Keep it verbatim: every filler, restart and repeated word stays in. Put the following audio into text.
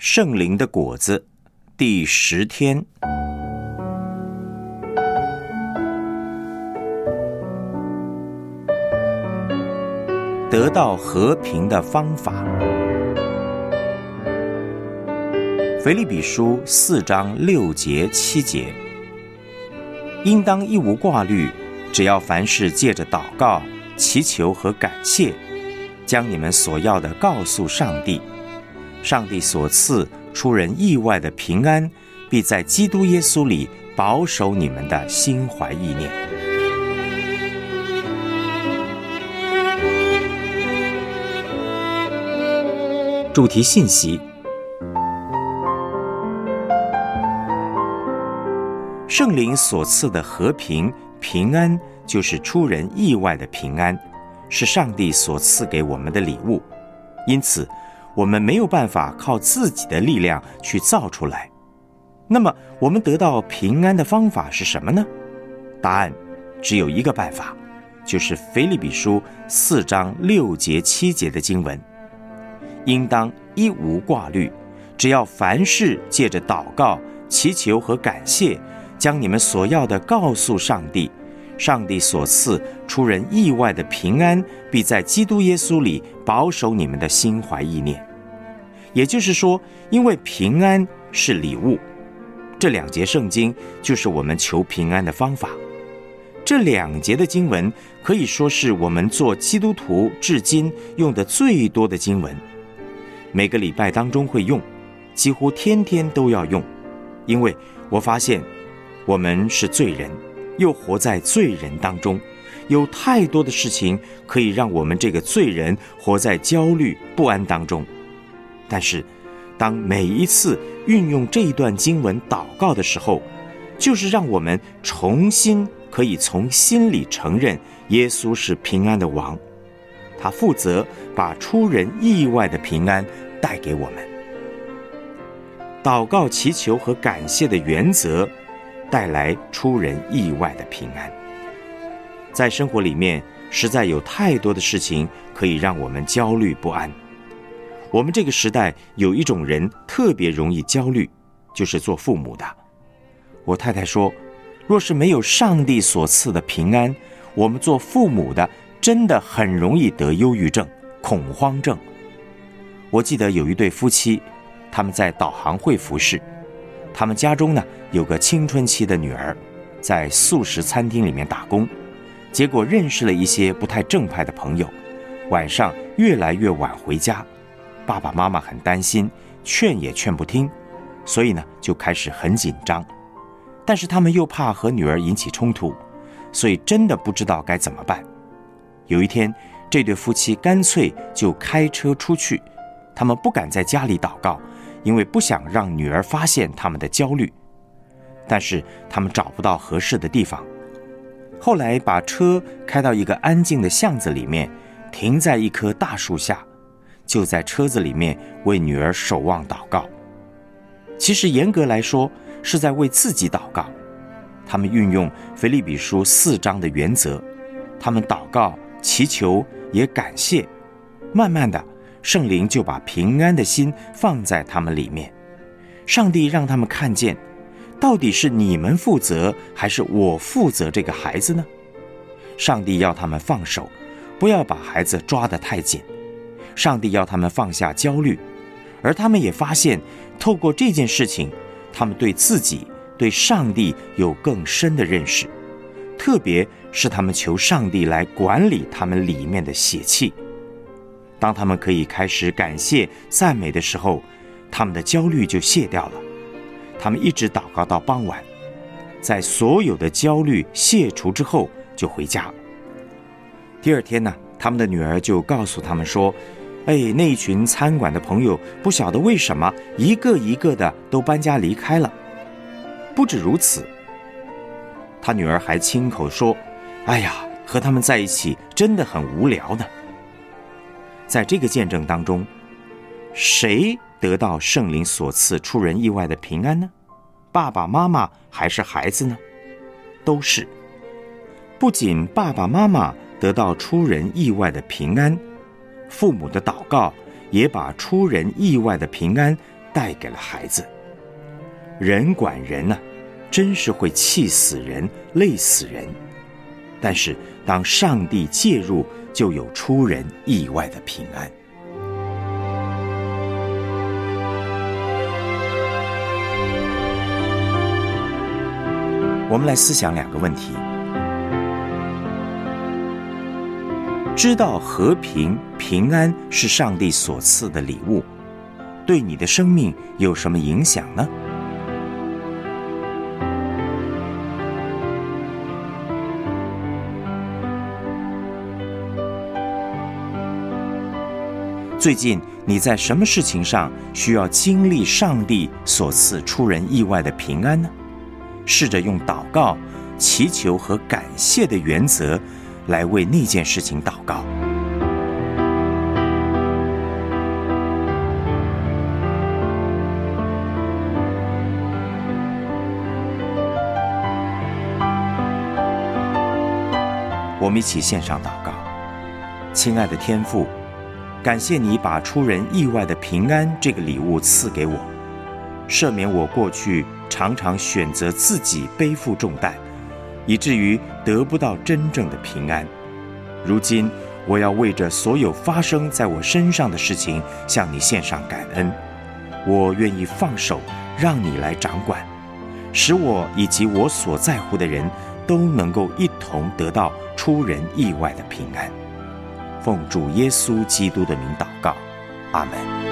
圣灵的果子第十天，得到和平的方法。腓立比书四章六节七节，应当一无挂虑，只要凡事借着祷告、祈求和感谢，将你们所要的告诉上帝。上帝所赐出人意外的平安，必在基督耶稣里保守你们的心怀意念。主题信息：圣灵所赐的和平、平安，就是出人意外的平安，是上帝所赐给我们的礼物。因此我们没有办法靠自己的力量去造出来。那么我们得到平安的方法是什么呢？答案只有一个办法，就是腓立比书四章六节七节的经文，应当一无挂虑，只要凡事借着祷告、祈求和感谢，将你们所要的告诉上帝。上帝所赐出人意外的平安，必在基督耶稣里保守你们的心怀意念。也就是说，因为平安是礼物，这两节圣经就是我们求平安的方法。这两节的经文可以说是我们做基督徒至今用的最多的经文，每个礼拜当中会用，几乎天天都要用。因为我发现我们是罪人，又活在罪人当中，有太多的事情可以让我们这个罪人活在焦虑不安当中。但是当每一次运用这一段经文祷告的时候，就是让我们重新可以从心里承认耶稣是平安的王，他负责把出人意外的平安带给我们。祷告、祈求和感谢的原则带来出人意外的平安。在生活里面，实在有太多的事情可以让我们焦虑不安。我们这个时代有一种人特别容易焦虑，就是做父母的。我太太说，若是没有上帝所赐的平安，我们做父母的真的很容易得忧郁症、恐慌症。我记得有一对夫妻，他们在导航会服侍，他们家中呢有个青春期的女儿，在素食餐厅里面打工，结果认识了一些不太正派的朋友，晚上越来越晚回家。爸爸妈妈很担心，劝也劝不听，所以呢就开始很紧张。但是他们又怕和女儿引起冲突，所以真的不知道该怎么办。有一天，这对夫妻干脆就开车出去，他们不敢在家里祷告，因为不想让女儿发现他们的焦虑。但是他们找不到合适的地方，后来把车开到一个安静的巷子里面，停在一棵大树下，就在车子里面为女儿守望祷告。其实严格来说是在为自己祷告。他们运用腓立比书四章的原则，他们祷告、祈求也感谢，慢慢的圣灵就把平安的心放在他们里面。上帝让他们看见，到底是你们负责还是我负责这个孩子呢？上帝要他们放手，不要把孩子抓得太紧。上帝要他们放下焦虑，而他们也发现，透过这件事情，他们对自己、对上帝有更深的认识，特别是他们求上帝来管理他们里面的血气。当他们可以开始感谢、赞美的时候，他们的焦虑就卸掉了。他们一直祷告到傍晚，在所有的焦虑卸除之后就回家。第二天呢，他们的女儿就告诉他们说，哎，那一群餐馆的朋友不晓得为什么一个一个的都搬家离开了。不止如此，他女儿还亲口说，哎呀，和他们在一起真的很无聊呢。在这个见证当中，谁得到圣灵所赐出人意外的平安呢？爸爸妈妈还是孩子呢？都是。不仅爸爸妈妈得到出人意外的平安，父母的祷告也把出人意外的平安带给了孩子。人管人啊，真是会气死人，累死人。但是当上帝介入，就有出人意外的平安。我们来思想两个问题：知道和平、平安是上帝所赐的礼物，对你的生命有什么影响呢？最近你在什么事情上需要经历上帝所赐出人意外的平安呢？试着用祷告、祈求和感谢的原则来为那件事情祷告。我们一起献上祷告。亲爱的天父，感谢你把出人意外的平安这个礼物赐给我，赦免我过去常常选择自己背负重担，以至于得不到真正的平安。如今我要为着所有发生在我身上的事情向你献上感恩。我愿意放手，让你来掌管，使我以及我所在乎的人都能够一同得到出人意外的平安。奉主耶稣基督的名祷告，阿们。